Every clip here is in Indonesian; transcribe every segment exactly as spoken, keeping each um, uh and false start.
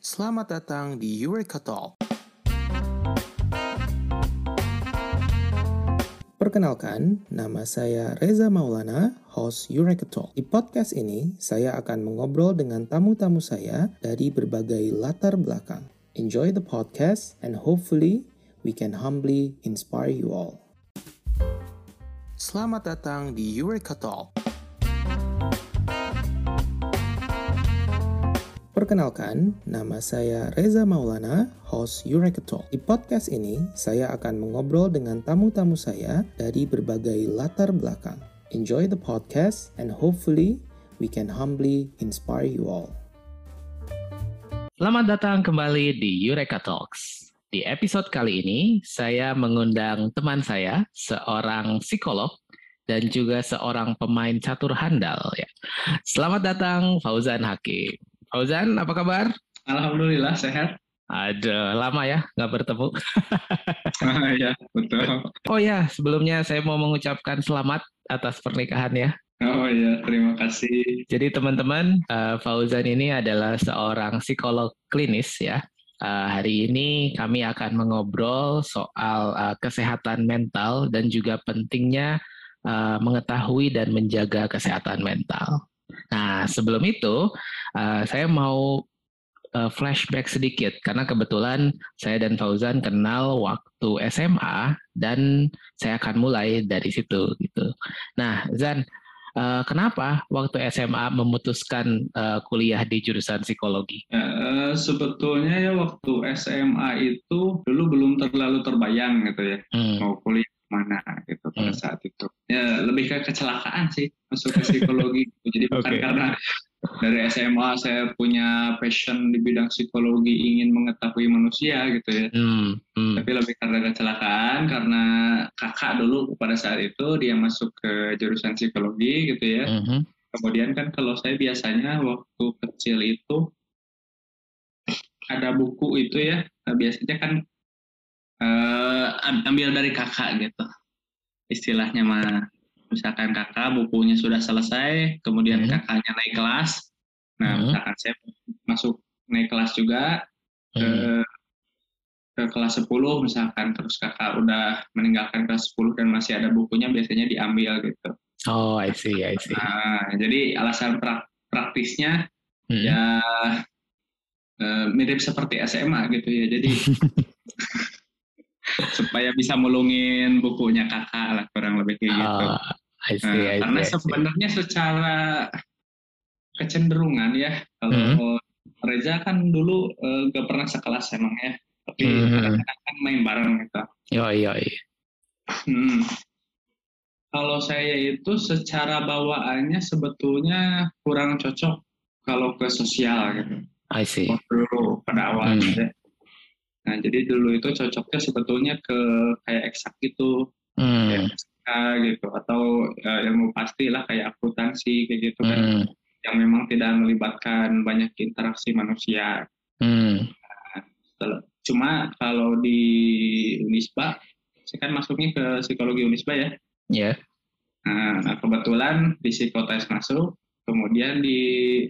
Selamat datang di Eureka Talk. Perkenalkan, nama saya Reza Maulana, host Eureka Talk. Di podcast ini, saya akan mengobrol dengan tamu-tamu saya dari berbagai latar belakang. Enjoy the podcast and hopefully we can humbly inspire you all. Selamat datang di Eureka Talk. Perkenalkan, nama saya Reza Maulana, host Eureka Talk. Di podcast ini, saya akan mengobrol dengan tamu-tamu saya dari berbagai latar belakang. Enjoy the podcast and hopefully we can humbly inspire you all. Selamat datang kembali di Eureka Talks. Di episode kali ini, saya mengundang teman saya, seorang psikolog dan juga seorang pemain catur handal. Ya. Selamat datang, Fauzan Hakim. Fauzan, apa kabar? Alhamdulillah, sehat. Ada lama ya nggak bertemu. Iya, betul. Oh ya, sebelumnya saya mau mengucapkan selamat atas pernikahan ya. Oh iya, terima kasih. Jadi teman-teman, uh, Fauzan ini adalah seorang psikolog klinis ya. Uh, hari ini kami akan mengobrol soal uh, kesehatan mental dan juga pentingnya uh, mengetahui dan menjaga kesehatan mental. Nah, sebelum itu, uh, saya mau uh, flashback sedikit, karena kebetulan saya dan Fauzan kenal waktu S M A, dan saya akan mulai dari situ. gitu. Nah, Zan, uh, kenapa waktu S M A memutuskan uh, kuliah di jurusan psikologi? Uh, sebetulnya ya waktu S M A itu dulu belum terlalu terbayang gitu ya, hmm. mau kuliah mana gitu pada hmm. saat itu. Ya lebih ke kecelakaan sih masuk ke psikologi. Jadi bukan okay. karena dari S M A saya punya passion di bidang psikologi, ingin mengetahui manusia gitu ya. Hmm. Hmm. Tapi lebih karena kecelakaan, karena kakak dulu pada saat itu dia masuk ke jurusan psikologi gitu ya. Hmm. Kemudian kan kalau saya biasanya waktu kecil itu ada buku itu ya, biasanya kan Uh, ambil dari kakak gitu istilahnya mah, misalkan kakak bukunya sudah selesai, kemudian hmm. kakaknya naik kelas, nah hmm. misalkan saya masuk naik kelas juga hmm. ke, ke kelas sepuluh misalkan, terus kakak udah meninggalkan kelas sepuluh dan masih ada bukunya, biasanya diambil gitu. Oh, I see, I see. Nah, jadi alasan prak, praktisnya hmm. ya uh, mirip seperti S M A gitu ya, jadi supaya bisa mulungin bukunya kakak lah, kurang lebih kayak gitu. Oh, I see, I see, karena I see. sebenarnya secara kecenderungan ya, kalau mm-hmm. Reza kan dulu uh, gak pernah sekelas emang ya, tapi mm-hmm. kadang-kadang kan main bareng gitu. Yo yo. Hmm. Kalau saya itu secara bawaannya sebetulnya kurang cocok kalau ke sosial gitu. I see. Dulu pada awalnya. Mm-hmm. Nah, jadi dulu itu cocoknya sebetulnya ke kayak eksak gitu, hmm. kayak fisika gitu, atau uh, ilmu pasti lah kayak akuntansi kayak gitu kan, hmm. yang memang tidak melibatkan banyak interaksi manusia. Hmm. Nah, setelah, cuma kalau di Unisba, saya kan masuknya ke psikologi Unisba ya. Iya. Yeah. Nah, nah, kebetulan di psikotes masuk, kemudian di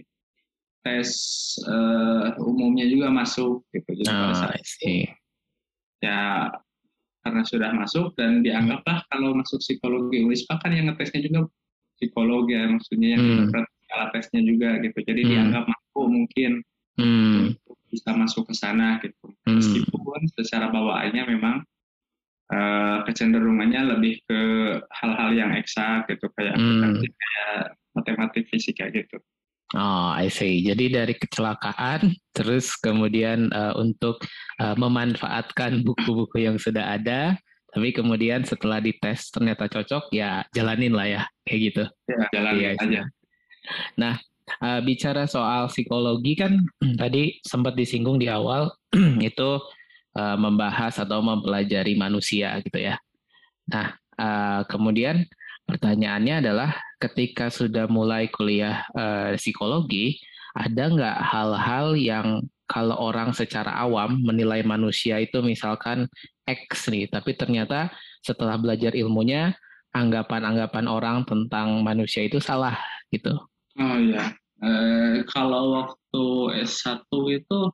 tes uh, umumnya juga masuk gitu. Jadi oh, pada saat itu ya karena sudah masuk dan dianggaplah hmm. kalau masuk psikologi Unisba kan yang ngetesnya juga psikologi ya, maksudnya yang hmm. alat tesnya juga gitu. Jadi hmm. dianggap mampu mungkin hmm. bisa masuk ke sana gitu. Hmm. Meskipun secara bawaannya memang uh, kecenderungannya lebih ke hal-hal yang eksak gitu, kayak hmm. kayak matematik, fisika gitu. Oh, I see. Jadi dari kecelakaan, terus kemudian uh, untuk uh, memanfaatkan buku-buku yang sudah ada, tapi kemudian setelah dites ternyata cocok, ya jalanin lah ya, kayak gitu. Ya, jalanin ya, aja. Nah, uh, bicara soal psikologi kan tadi sempat disinggung di awal, itu uh, membahas atau mempelajari manusia gitu ya. Nah, uh, kemudian pertanyaannya adalah, ketika sudah mulai kuliah uh, psikologi, ada nggak hal-hal yang kalau orang secara awam menilai manusia itu misalkan X nih, tapi ternyata setelah belajar ilmunya, anggapan-anggapan orang tentang manusia itu salah gitu? Oh iya, eh, kalau waktu S satu itu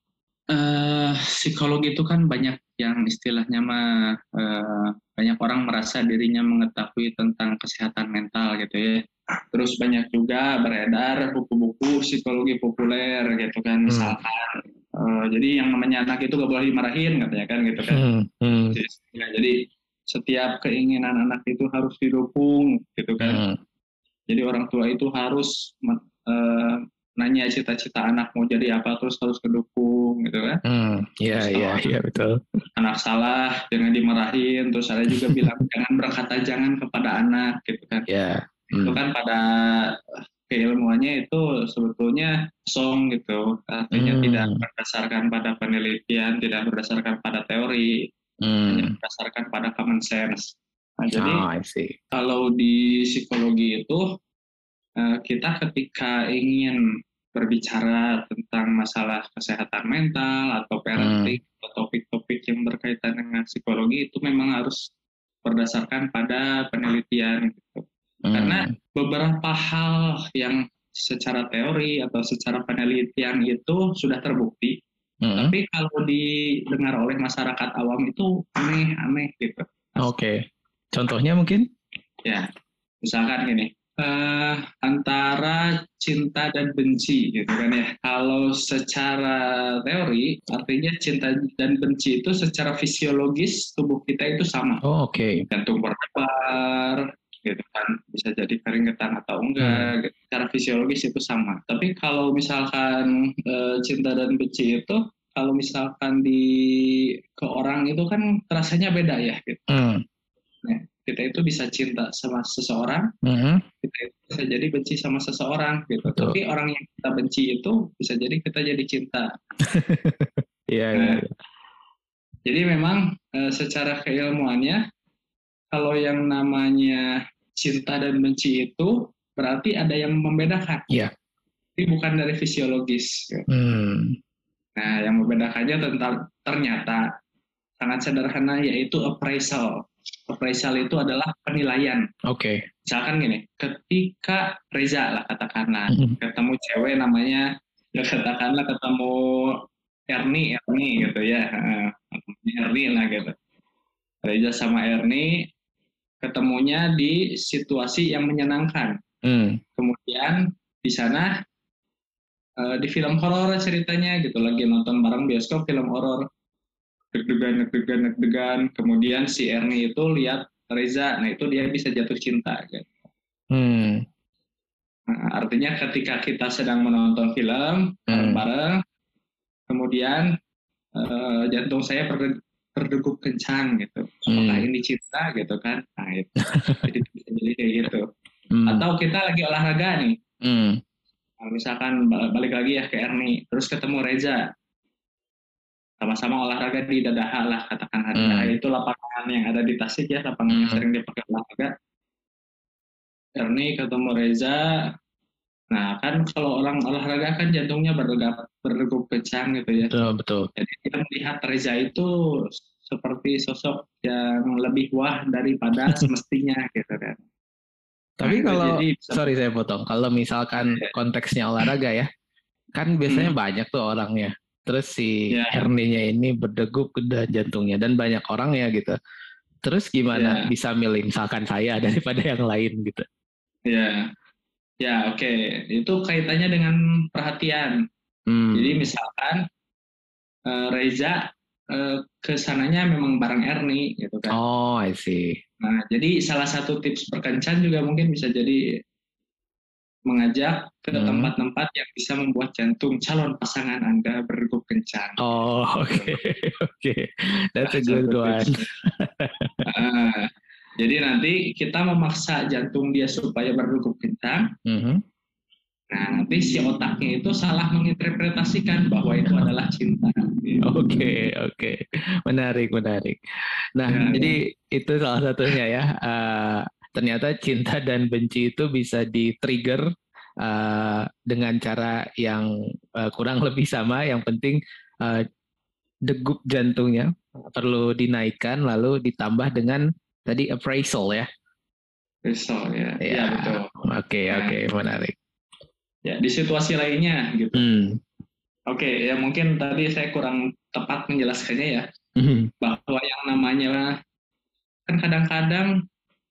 Uh, psikologi itu kan banyak yang istilahnya mah uh, banyak orang merasa dirinya mengetahui tentang kesehatan mental gitu ya. Terus banyak juga beredar buku-buku psikologi populer gitu kan, hmm. misalkan. Uh, jadi yang namanya anak itu gak boleh dimarahin katanya kan gitu kan. Hmm. Hmm. Jadi, jadi setiap keinginan anak itu harus didukung gitu kan. Hmm. Jadi orang tua itu harus uh, nanya cita-cita anak mau jadi apa terus harus kedukung gitu kan. Iya iya iya betul. Anak salah jangan dimarahin, terus ada juga bilang jangan berkata jangan kepada anak gitu kan. Iya. Yeah. Hmm. Itu kan pada keilmuannya itu sebetulnya song gitu. Artinya hmm. tidak berdasarkan pada penelitian, tidak berdasarkan pada teori, hmm. hanya berdasarkan pada common sense. Nah, jadi oh, I see. Kalau di psikologi itu kita ketika ingin berbicara tentang masalah kesehatan mental atau parenting hmm. atau topik-topik yang berkaitan dengan psikologi itu memang harus berdasarkan pada penelitian gitu. Hmm. Karena beberapa hal yang secara teori atau secara penelitian itu sudah terbukti, hmm. tapi kalau didengar oleh masyarakat awam itu aneh-aneh gitu. Oke, okay. Contohnya mungkin? Ya, misalkan gini. Uh, antara cinta dan benci gitu kan ya. Kalau secara teori artinya cinta dan benci itu secara fisiologis tubuh kita itu sama. Oh, oke. Okay. Jantung berdebar gitu kan, bisa jadi keringetan atau enggak hmm. gitu. Secara fisiologis itu sama. Tapi kalau misalkan uh, cinta dan benci itu kalau misalkan di ke orang itu kan rasanya beda ya gitu. Hmm. Nah, kita itu bisa cinta sama seseorang, mm-hmm. kita itu bisa jadi benci sama seseorang gitu. Betul. Tapi orang yang kita benci itu bisa jadi kita jadi cinta. Iya. nah, yeah. Jadi memang e, secara keilmuannya kalau yang namanya cinta dan benci itu berarti ada yang membedakan. Iya. Yeah. Tapi bukan dari fisiologis. Gitu. Hmm. Nah, yang membedakannya tentang ternyata sangat sederhana yaitu appraisal. Appraisal itu adalah penilaian. Oke. Okay. Misalkan gini, ketika Reza lah katakanlah mm-hmm. ketemu cewek namanya, ya katakanlah ketemu Erni, Erni gitu ya, Erni lah gitu. Reza sama Erni ketemunya di situasi yang menyenangkan. Mm. Kemudian di sana uh, di film horor ceritanya gitu, lagi nonton bareng bioskop film horor. Deg-degan, deg-degan, deg-degan. Kemudian si Erni itu lihat Reza, nah itu dia bisa jatuh cinta. Gitu. Hmm. Nah, artinya ketika kita sedang menonton film bareng-bareng, hmm. kemudian uh, jantung saya berdegup kencang gitu. Apakah hmm. ini cinta gitu kan? Nah itu, jadi bisa jadi kayak gitu. Hmm. Atau kita lagi olahraga nih, hmm. nah, misalkan balik lagi ya ke Erni, terus ketemu Reza. Sama-sama olahraga di Dadaha lah katakan hari hmm. itu lapangan yang ada di Tasik ya, lapangan hmm. yang sering dipakai olahraga. Erni ketemu Reza, nah kan kalau orang olahraga kan jantungnya berdegup berdegup kencang gitu ya. Betul betul. Jadi kita melihat Reza itu seperti sosok yang lebih wah daripada semestinya gitu kan. Tapi nah, kalau jadi, sorry saya potong, kalau misalkan ya. Konteksnya olahraga ya, kan biasanya hmm. banyak tuh orangnya. Terus si yeah. Erninya ini berdegup dan jantungnya dan banyak orang ya gitu. Terus gimana yeah. bisa milih misalkan saya daripada yang lain gitu? Ya, yeah. ya yeah, oke. Okay. Itu kaitannya dengan perhatian. Hmm. Jadi misalkan uh, Reza uh, kesananya memang bareng Erni gitu kan. Oh, I see. Nah, jadi salah satu tips berkencan juga mungkin bisa jadi mengajak ke hmm. tempat-tempat yang bisa membuat jantung calon pasangan Anda berdegup kencang. Oh, oke, okay. oke, okay. That's a good one. uh, jadi nanti kita memaksa jantung dia supaya berdegup kencang. Mm-hmm. Nah, nanti si otaknya itu salah menginterpretasikan bahwa itu adalah cinta. Oke, okay, oke, okay. menarik, menarik. Nah, ya, jadi ya. Itu salah satunya ya. Uh, Ternyata cinta dan benci itu bisa di-trigger uh, dengan cara yang uh, kurang lebih sama. Yang penting uh, degup jantungnya perlu dinaikkan, lalu ditambah dengan tadi appraisal ya. Appraisal ya, ya, ya betul. Oke, okay, oke, okay, menarik. Ya di situasi lainnya gitu. Hmm. Oke, okay, ya mungkin tadi saya kurang tepat menjelaskannya ya, mm-hmm. bahwa yang namanya kan kadang-kadang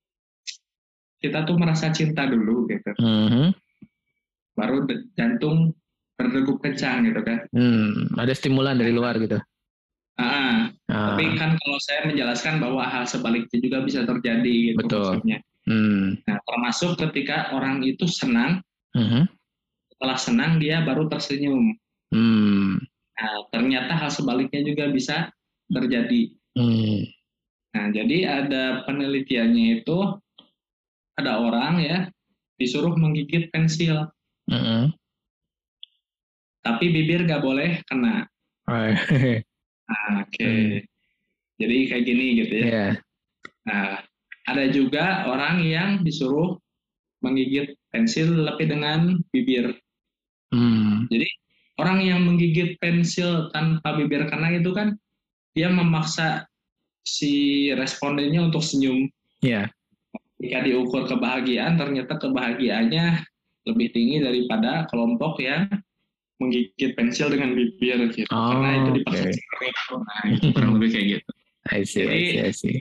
kita tuh merasa cinta dulu gitu, mm-hmm. baru jantung berdegup kencang gitu kan. Hmm, ada stimulan dari luar gitu. Ah, ah. Tapi kan kalau saya menjelaskan bahwa hal sebaliknya juga bisa terjadi gitu. Betul. Maksudnya. Hmm. Nah, termasuk ketika orang itu senang, mm-hmm. setelah senang dia baru tersenyum. Hmm. Nah, ternyata hal sebaliknya juga bisa terjadi. Hmm. Nah, jadi ada penelitiannya itu, ada orang ya disuruh menggigit pensil. Mm-hmm. Tapi bibir nggak boleh kena. Nah, oke. Okay. Hmm. Jadi kayak gini gitu ya. Yeah. Nah, ada juga orang yang disuruh menggigit pensil tapi dengan bibir. Hmm. Jadi orang yang menggigit pensil tanpa bibir kena itu kan dia memaksa si respondennya untuk senyum. Iya. Yeah. Jika diukur kebahagiaan, ternyata kebahagiaannya lebih tinggi daripada kelompok yang menggigit pensil dengan bibir gitu. Oh, karena itu dipaksa okay. seperti itu. Nah, itu kurang lebih kayak gitu. I see, Jadi, I see, I see.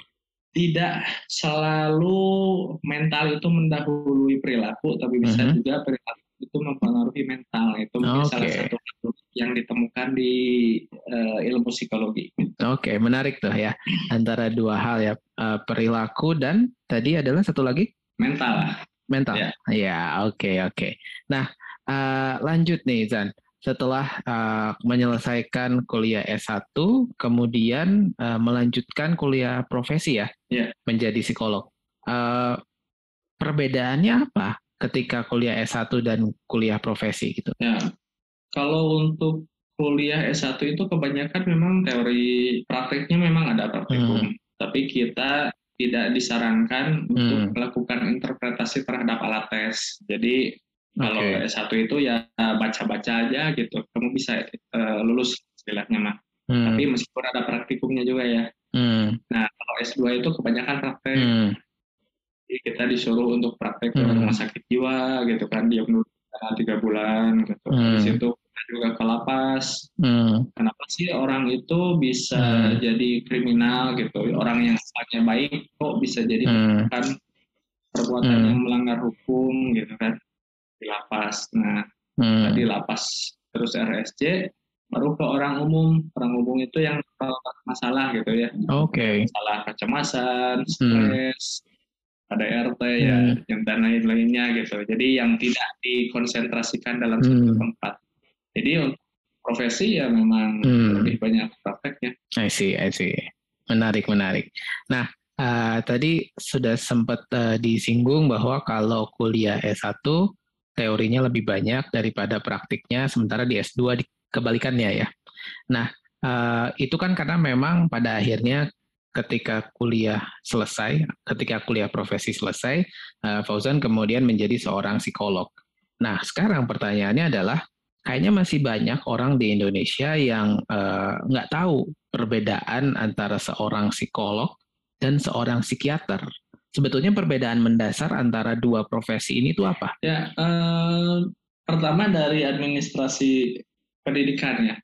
Tidak selalu mental itu mendahului perilaku, tapi bisa uh-huh. juga perilaku itu mempengaruhi mental. Itu mungkin okay. salah satu yang ditemukan di uh, ilmu psikologi. Oke, okay, menarik tuh ya. Antara dua hal ya, uh, perilaku dan tadi adalah satu lagi? Mental. Mental. Ya, ya oke, okay, oke. Okay. Nah, uh, lanjut nih Zan. Setelah uh, menyelesaikan kuliah S satu, kemudian uh, melanjutkan kuliah profesi ya, yeah. menjadi psikolog. Uh, perbedaannya apa ketika kuliah S satu dan kuliah profesi gitu? Ya, kalau untuk kuliah S satu itu kebanyakan memang teori, prakteknya memang ada praktikum, hmm. tapi kita tidak disarankan hmm. untuk melakukan interpretasi terhadap alat tes. Jadi kalau okay. S satu itu ya baca-baca aja gitu, kamu bisa uh, lulus istilahnya mah. Hmm. Tapi meskipun ada praktikumnya juga ya. Hmm. Nah kalau S dua itu kebanyakan praktek. Hmm. Jadi kita disuruh untuk praktek ke hmm. rumah sakit jiwa gitu kan, dia menurut tiga bulan gitu. Hmm. Dari situ kita juga ke lapas. Hmm. Kenapa sih orang itu bisa hmm. jadi kriminal gitu? Orang yang asalnya baik kok bisa jadi hmm. melakukan perbuatan hmm. yang melanggar hukum gitu kan? Di lapas. Nah, hmm. tadi lapas terus R S C, baru ke orang umum. Orang umum itu yang masalah gitu ya. Oke. Okay. Masalah kecemasan, stres, hmm. A D R T hmm. ya, dan lain-lainnya gitu. Jadi yang tidak dikonsentrasikan dalam hmm. satu tempat. Jadi untuk profesi ya memang hmm. lebih banyak prakteknya. I see, I see. Menarik, menarik. Nah, uh, tadi sudah sempat uh, disinggung bahwa kalau kuliah S satu teorinya lebih banyak daripada praktiknya, sementara di S dua kebalikannya ya. Nah, uh, itu kan karena memang pada akhirnya ketika kuliah selesai, ketika kuliah profesi selesai, uh, Fauzan kemudian menjadi seorang psikolog. Nah, sekarang pertanyaannya adalah, kayaknya masih banyak orang di Indonesia yang uh, nggak tahu perbedaan antara seorang psikolog dan seorang psikiater. Sebetulnya perbedaan mendasar antara dua profesi ini itu apa? Ya, eh, pertama dari administrasi pendidikan ya.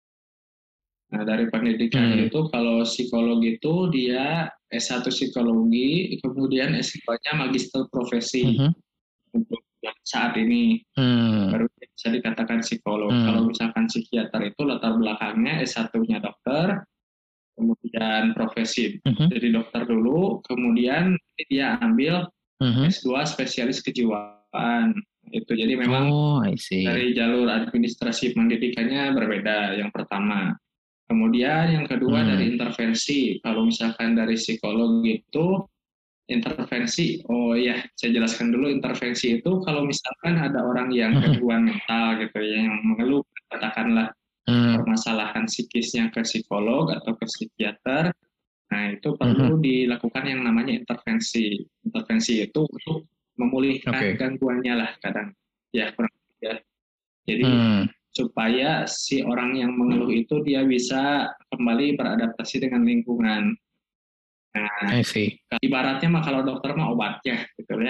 Nah, dari pendidikan hmm. itu kalau psikolog itu dia S satu psikologi, kemudian S dua-nya magister profesi hmm. untuk saat ini. Hmm. Baru bisa dikatakan psikolog. Hmm. Kalau misalkan psikiater itu latar belakangnya S satu-nya dokter, kemudian profesi uh-huh. jadi dokter dulu, kemudian dia ambil uh-huh. S dua spesialis kejiwaan. Itu jadi memang oh, dari jalur administrasi pendidikannya berbeda yang pertama. Kemudian yang kedua hmm. dari intervensi. Kalau misalkan dari psikolog itu intervensi, oh ya saya jelaskan dulu intervensi itu kalau misalkan ada orang yang gangguan mental gitu ya, yang mengeluh katakanlah Hmm. permasalahan psikisnya ke psikolog atau ke psikiater, nah itu perlu hmm. dilakukan yang namanya intervensi. Intervensi itu untuk memulihkan okay. gangguannya lah kadang, ya kurang ya. Jadi hmm. supaya si orang yang mengeluh itu dia bisa kembali beradaptasi dengan lingkungan. Nah, ibaratnya mah kalau dokter mah obatnya, gitu ya.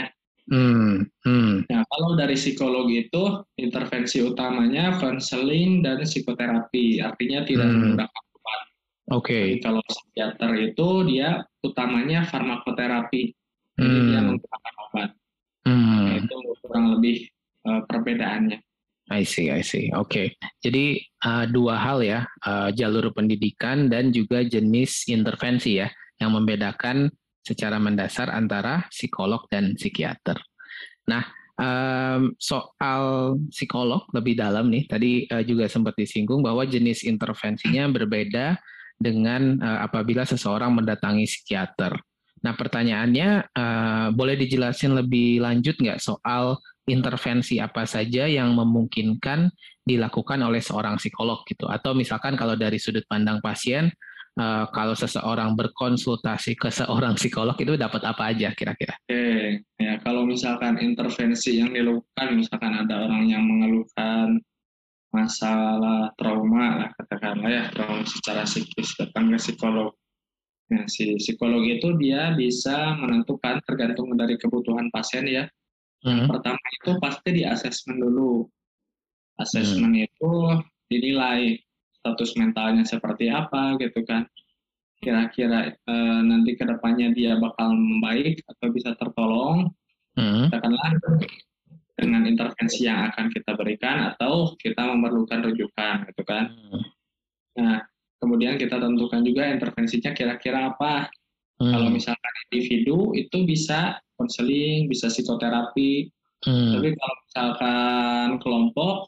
Hmm, hmm. Nah, kalau dari psikologi itu intervensi utamanya konseling dan psikoterapi, artinya tidak Hmm. menggunakan obat. Oke. Okay. Tapi kalau psikiater itu dia utamanya farmakoterapi, jadi hmm. dia menggunakan obat. Hmm. Nah, itu kurang lebih uh, perbedaannya. I see, I see. Oke. Okay. Jadi uh, dua hal ya, uh, jalur pendidikan dan juga jenis intervensi ya, yang membedakan secara mendasar antara psikolog dan psikiater. Nah, um, soal psikolog lebih dalam nih, tadi uh, juga sempat disinggung bahwa jenis intervensinya berbeda dengan uh, apabila seseorang mendatangi psikiater. Nah, pertanyaannya, uh, boleh dijelasin lebih lanjut nggak soal intervensi apa saja yang memungkinkan dilakukan oleh seorang psikolog gitu? Atau misalkan kalau dari sudut pandang pasien, Uh, kalau seseorang berkonsultasi ke seorang psikolog itu dapat apa aja kira-kira? Oke, ya kalau misalkan intervensi yang dilakukan, misalkan ada orang yang mengeluhkan masalah trauma lah katakanlah ya, trauma secara psikis datang ke psikolog. Nah, si psikolog itu dia bisa menentukan tergantung dari kebutuhan pasien ya. Yang hmm. pertama itu pasti di asesmen dulu. Asesmen hmm. itu dinilai status mentalnya seperti apa gitu kan. Kira-kira e, nanti ke depannya dia bakal membaik atau bisa tertolong. Hmm. Katakanlah dengan intervensi yang akan kita berikan atau kita memerlukan rujukan gitu kan. Hmm. Nah, kemudian kita tentukan juga intervensinya kira-kira apa. Hmm. Kalau misalkan individu itu bisa konseling, bisa psikoterapi. Hmm. Tapi kalau misalkan kelompok,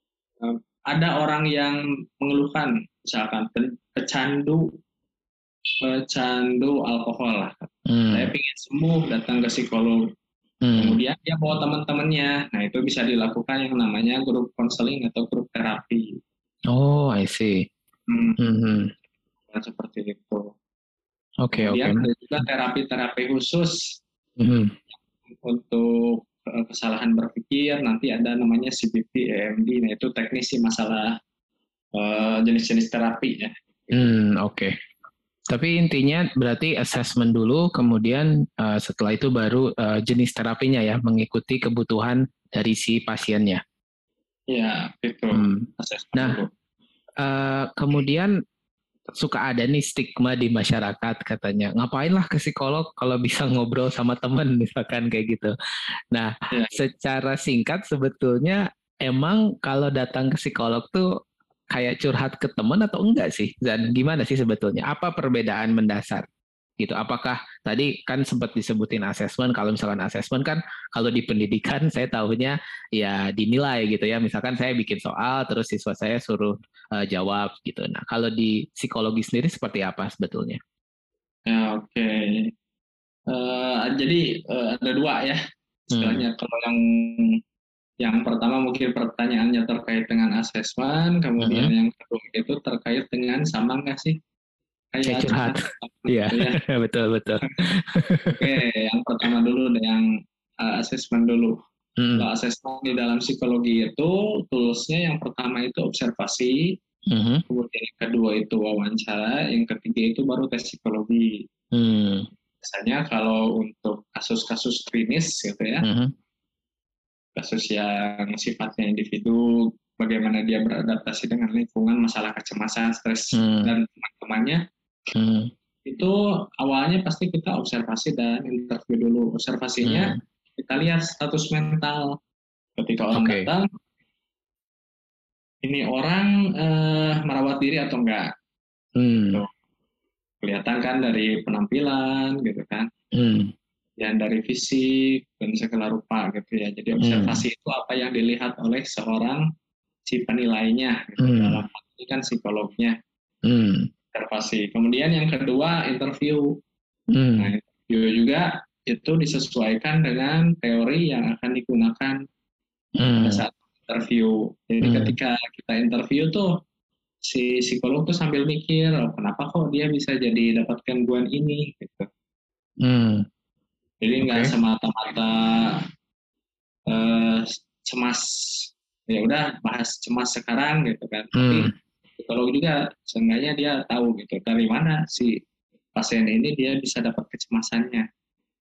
ada orang yang mengeluhkan, misalkan pecandu, pecandu alkohol lah. Hmm. Saya ingin sembuh, datang ke psikolog. Hmm. Kemudian dia bawa teman-temannya. Nah, itu bisa dilakukan yang namanya grup konseling atau grup terapi. Oh, I see. Hmm. Hmm. Seperti itu. Oke, okay, Kemudian okay. ada juga terapi-terapi khusus hmm. untuk kesalahan berpikir. Nanti ada namanya C B T, E M D. Nah, itu teknisi masalah uh, jenis-jenis terapi ya. Hmm, oke. Okay. Tapi intinya berarti assessment dulu, kemudian uh, setelah itu baru uh, jenis terapinya ya, mengikuti kebutuhan dari si pasiennya. Iya, itu. Hmm. Nah, uh, kemudian suka ada nih stigma di masyarakat katanya, ngapainlah ke psikolog kalau bisa ngobrol sama teman misalkan kayak gitu. Nah, ya. Secara singkat sebetulnya emang kalau datang ke psikolog tuh kayak curhat ke teman atau enggak sih? Dan gimana sih sebetulnya? Apa perbedaan mendasar? Gitu. Apakah tadi kan sempat disebutin asesmen, kalau misalkan asesmen kan kalau di pendidikan saya tahunya ya dinilai gitu ya. Misalkan saya bikin soal terus siswa saya suruh uh, jawab gitu. Nah, kalau di psikologi sendiri seperti apa sebetulnya? Ya, oke. Okay. Uh, jadi uh, ada dua ya. Istilahnya hmm. kalau yang Yang pertama mungkin pertanyaannya terkait dengan asesmen, kemudian uh-huh. yang kedua itu terkait dengan sama nggak sih? Kayak curhat. Iya, ya. betul betul. Oke, yang pertama dulu yang uh, asesmen dulu. Hmm. Kalau asesmen di dalam psikologi itu toolsnya yang pertama itu observasi, uh-huh. kemudian yang kedua itu wawancara, yang ketiga itu baru tes psikologi. Hmm. Biasanya kalau untuk kasus-kasus klinis gitu ya. Uh-huh. Kasus yang sifatnya individu, bagaimana dia beradaptasi dengan lingkungan, masalah kecemasan, stres, hmm. dan teman-temannya, hmm. itu awalnya pasti kita observasi dan interview dulu. Observasinya, hmm. kita lihat status mental. Ketika orang okay. datang, ini orang eh, merawat diri atau enggak. Hmm. Gitu. Kelihatan kan dari penampilan, gitu kan. Hmm. Dan dari fisik dan segala rupa gitu ya. Jadi observasi hmm. itu apa yang dilihat oleh seorang si penilainya gitu. Hmm. Dalam hal ini kan psikolognya. Hmm. Observasi. Kemudian yang kedua interview. Hmm. Nah, interview juga itu disesuaikan dengan teori yang akan digunakan hmm. pada saat interview. Jadi hmm. ketika kita interview tuh si psikolog tuh sambil mikir, oh, kenapa kok dia bisa jadi dapat gangguan ini gitu. Hmm. Jadi nggak okay. semata-mata uh, cemas, ya udah bahas cemas sekarang gitu kan. Hmm. Tapi psikolog juga seenggaknya dia tahu gitu dari mana si pasien ini dia bisa dapat kecemasannya.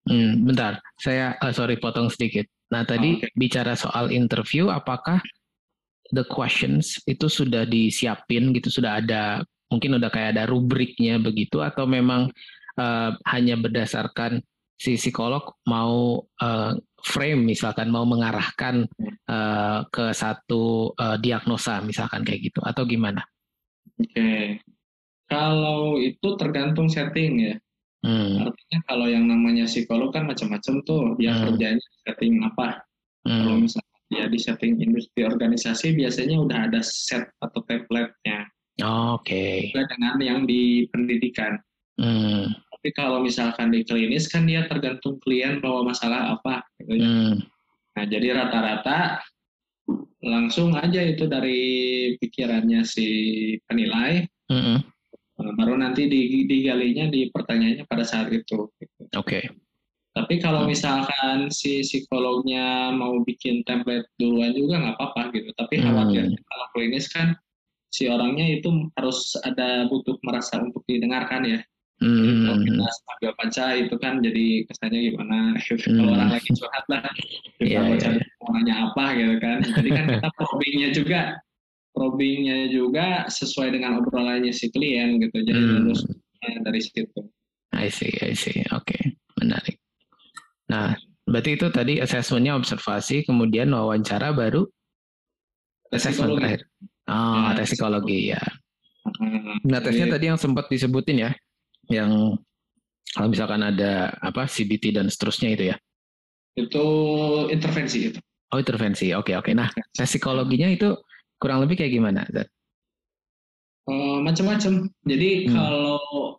Hmm, bentar, saya uh, sorry potong sedikit. Nah tadi oh, okay. bicara soal interview, apakah the questions itu sudah disiapin gitu, sudah ada mungkin udah kayak ada rubriknya begitu, atau memang uh, hanya berdasarkan si psikolog mau uh, frame misalkan mau mengarahkan uh, ke satu uh, diagnosa misalkan kayak gitu, atau gimana? Oke, okay. Kalau itu tergantung setting ya. Hmm. Artinya kalau yang namanya psikolog kan macam-macam tuh, dia hmm. kerjanya setting apa. Hmm. Kalau misalnya dia di setting industri organisasi biasanya udah ada set atau template-nya. Oh, Oke. Okay. Dengan yang di pendidikan. Hmm. Tapi kalau misalkan di klinis kan dia tergantung klien bawa masalah apa. Gitu ya. Hmm. Nah jadi rata-rata langsung aja itu dari pikirannya si penilai. Hmm. Baru nanti digalinya di pertanyaannya pada saat itu. Oke. Okay. Tapi kalau misalkan si psikolognya mau bikin template duluan juga nggak apa-apa gitu. Tapi khawatirnya hmm. kalau klinis kan si orangnya itu harus ada butuh merasa untuk didengarkan ya. Hmm. Jadi kalau kita sambil baca itu kan jadi kesannya gimana. Hmm. Kalau orang lagi curhat lah kita yeah, baca yeah. mau nanya apa gitu kan. Jadi kan kita probingnya juga. probingnya juga sesuai dengan obrolannya si klien gitu, jadi hmm. lulus dari situ. I see, I see, oke, okay. Menarik. Nah, berarti itu tadi assessment-nya observasi, kemudian wawancara, baru assessment terakhir. Oh, ya, tes psikologi ya. Nah, tesnya jadi, tadi yang sempat disebutin ya, yang kalau misalkan ada apa C B T dan seterusnya itu ya. Itu intervensi itu. Oh, intervensi, oke, okay, oke. Okay. Nah, tes psikologinya itu kurang lebih kayak gimana, Zat? Uh, macam-macam. Jadi hmm. kalau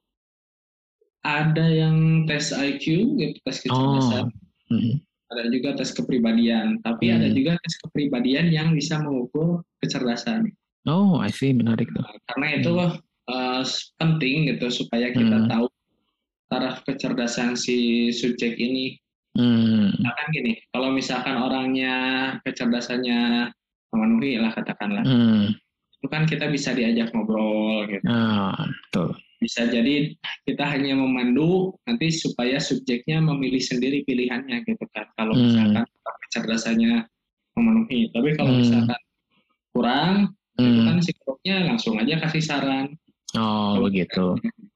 ada yang tes I Q, gitu, tes kecerdasan, oh. hmm. ada juga tes kepribadian. Tapi hmm. ada juga tes kepribadian yang bisa mengukur kecerdasan. Oh, I see, menarik tuh. Nah, karena itu hmm. uh, penting gitu supaya kita hmm. tahu taraf kecerdasan si subjek ini. Hmm. Misalkan gini, kalau misalkan orangnya kecerdasannya memenuhi lah katakanlah, hmm. itu kan kita bisa diajak ngobrol gitu. Ah, betul. Bisa jadi kita hanya memandu nanti supaya subjeknya memilih sendiri pilihannya gitu kan. Kalau hmm. misalkan kecerdasannya memenuhi, tapi kalau hmm. misalkan kurang, hmm. itu kan psikolognya langsung aja kasih saran. Oh so, begitu.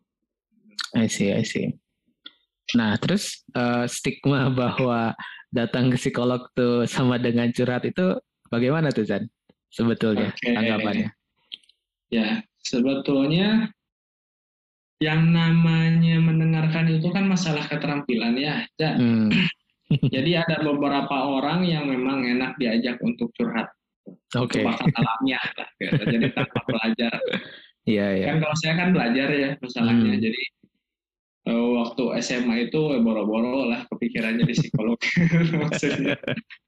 I see, I see. Nah terus uh, stigma bahwa datang ke psikolog tuh sama dengan curhat itu bagaimana tuh Zan? Sebetulnya okay. tanggapannya? Ya, sebetulnya yang namanya mendengarkan itu kan masalah keterampilan ya. Hmm. Jadi ada beberapa orang yang memang enak diajak untuk curhat. Oke. Okay. Bakat alamiah lah. Gitu. Jadi tanpa belajar. Iya, iya. Kan kalau saya kan belajar ya masalahnya. Hmm. Jadi waktu S M A itu boro-boro lah kepikirannya di psikolog. Maksudnya.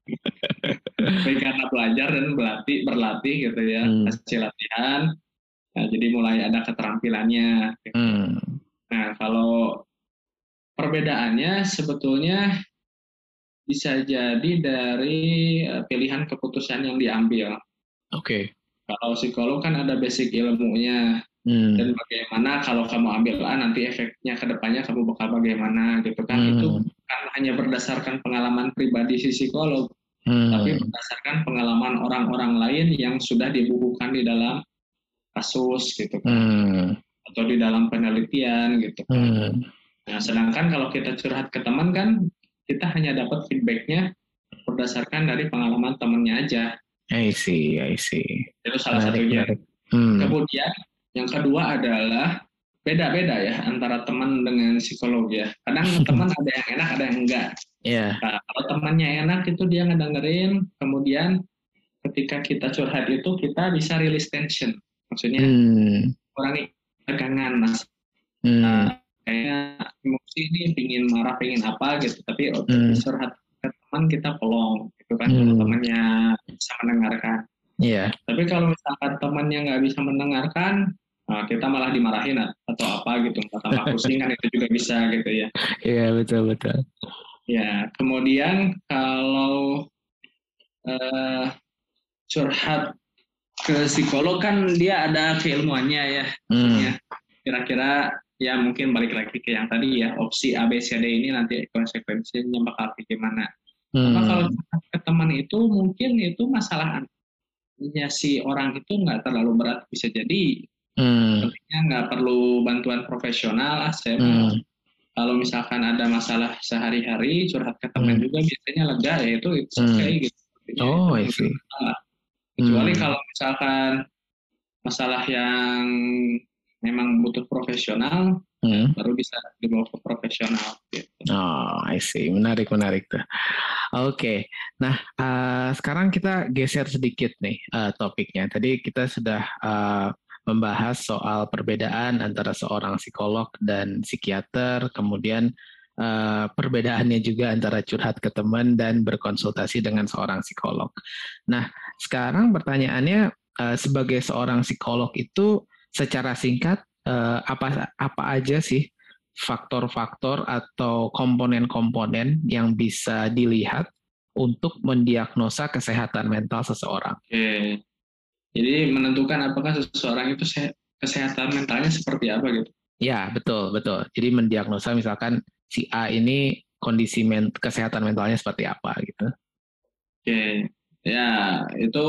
Tapi karena belajar dan berlatih, berlatih gitu ya, hmm. hasil latihan, nah, jadi mulai ada keterampilannya. Gitu. Hmm. Nah kalau perbedaannya sebetulnya bisa jadi dari pilihan keputusan yang diambil. Oke. Okay. Kalau psikolog kan ada basic ilmunya. Hmm. Dan bagaimana kalau kamu ambil A nanti efeknya ke depannya kamu bakal bagaimana gitu kan. Hmm. Itu kan hanya berdasarkan pengalaman pribadi si psikolog, hmm. tapi berdasarkan pengalaman orang-orang lain yang sudah dibukukan di dalam kasus gitu kan, hmm. atau di dalam penelitian gitu kan. Hmm. Nah sedangkan kalau kita curhat ke teman kan kita hanya dapat feedbacknya berdasarkan dari pengalaman temannya aja. I see, I see. Itu salah menarik, satunya. Menarik. Hmm. Kemudian yang kedua adalah beda-beda ya antara teman dengan psikolog ya. Kadang teman ada yang enak, ada yang enggak. Yeah. Nah, kalau temannya enak itu dia ngedengerin, kemudian ketika kita curhat itu kita bisa release tension. Maksudnya hmm. kurangi tegangan mas. Hmm. Nah, kayaknya emosi ini pingin marah, pingin apa gitu. Tapi waktu hmm. curhat ke teman kita pelong, gitu kan. Hmm. Temannya bisa mendengarkan. Iya. Yeah. Tapi kalau misalkan temannya nggak bisa mendengarkan, nah kita malah dimarahin atau apa gitu, tambah pusing kan itu juga bisa gitu ya. Iya yeah, betul betul. Ya kemudian kalau uh, curhat ke psikolog kan dia ada keilmuannya ya, hmm. kira-kira ya mungkin balik lagi ke yang tadi ya, opsi A, B, C, D ini nanti konsekuensinya bakal kayak gimana. Hmm. Apa kalau ke teman itu mungkin itu masalah ya si orang itu nggak terlalu berat, bisa jadi hmm. tentunya nggak perlu bantuan profesional. Saya hmm. kalau misalkan ada masalah sehari-hari curhat ke teman hmm. juga biasanya lega ya itu itu hmm. kayak gitu. Oh, I see. Kecuali hmm. kalau misalkan masalah yang memang butuh profesional, hmm. baru bisa dibawa ke profesional. Gitu. Oh, I see. Menarik, menarik tuh. Oke, okay. Nah uh, sekarang kita geser sedikit nih uh, topiknya. Tadi kita sudah uh, membahas soal perbedaan antara seorang psikolog dan psikiater, kemudian uh, perbedaannya juga antara curhat ke teman dan berkonsultasi dengan seorang psikolog. Nah, sekarang pertanyaannya uh, sebagai seorang psikolog itu secara singkat uh, apa apa aja sih faktor-faktor atau komponen-komponen yang bisa dilihat untuk mendiagnosa kesehatan mental seseorang? Oke, jadi menentukan apakah seseorang itu kesehatan mentalnya seperti apa gitu? Ya, betul, betul. Jadi mendiagnosa misalkan si A ini kondisi men- kesehatan mentalnya seperti apa gitu. Oke, ya itu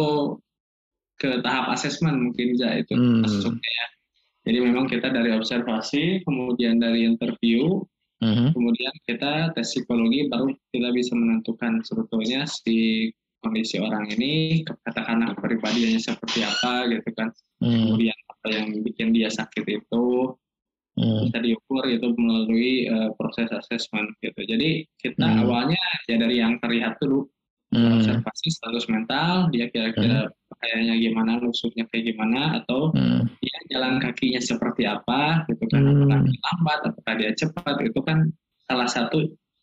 ke tahap asesmen mungkin bisa itu hmm. masuknya ya. Jadi memang kita dari observasi, kemudian dari interview, uh-huh. kemudian kita tes psikologi, baru kita bisa menentukan sebetulnya si kondisi orang ini, katakanlah kepribadiannya seperti apa gitu kan. Uh-huh. Kemudian apa yang bikin dia sakit itu, uh-huh. bisa diukur itu melalui uh, proses asesmen gitu. Jadi kita uh-huh. awalnya ya dari yang terlihat dulu, uh-huh. observasi status mental, dia kira-kira uh-huh. kayaknya gimana, lusuknya kayak gimana, atau uh-huh. dia jalan kakinya seperti apa gitu kan, hmm. apakah dia lambat, apakah dia cepat, itu kan salah satu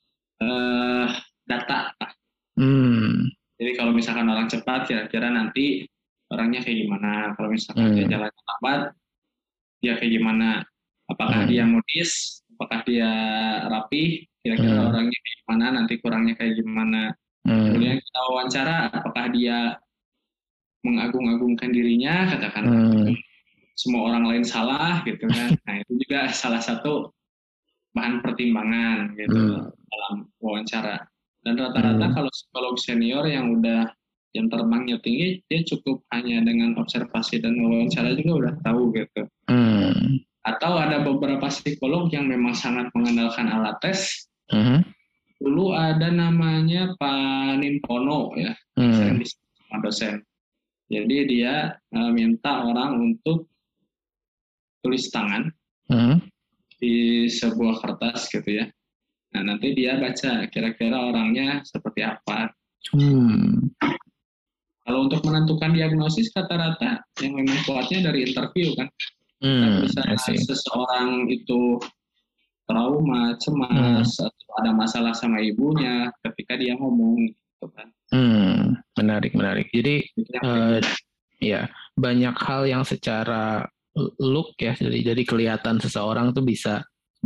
uh, data. Hmm. Jadi kalau misalkan orang cepat, kira-kira nanti orangnya kayak gimana. Kalau misalkan hmm. dia jalan lambat, dia kayak gimana? Apakah hmm. dia modis, apakah dia rapi, kira-kira hmm. orangnya kayak gimana, nanti kurangnya kayak gimana. Hmm. Kemudian kita wawancara, apakah dia mengagung-agungkan dirinya, katakan hmm. semua orang lain salah gitu kan. Nah itu juga salah satu bahan pertimbangan gitu hmm. dalam wawancara. Dan rata-rata hmm. kalau psikolog senior yang udah jam terbangnya tinggi, dia cukup hanya dengan observasi dan wawancara juga udah tahu gitu. Hmm. Atau ada beberapa psikolog yang memang sangat mengandalkan alat tes. Hmm. Dulu ada namanya Pak Nimpono ya, hmm. sama dosen. Jadi dia uh, minta orang untuk tulis tangan hmm. di sebuah kertas gitu ya. Nah nanti dia baca kira-kira orangnya seperti apa. Hmm. Kalau untuk menentukan diagnosis rata-rata yang memang kuatnya dari interview kan. Hmm, bisa seseorang itu trauma, cemas, hmm. atau ada masalah sama ibunya ketika dia ngomong gitu kan. Hmm, menarik menarik. Jadi uh, ya banyak hal yang secara look ya, jadi jadi kelihatan seseorang tuh bisa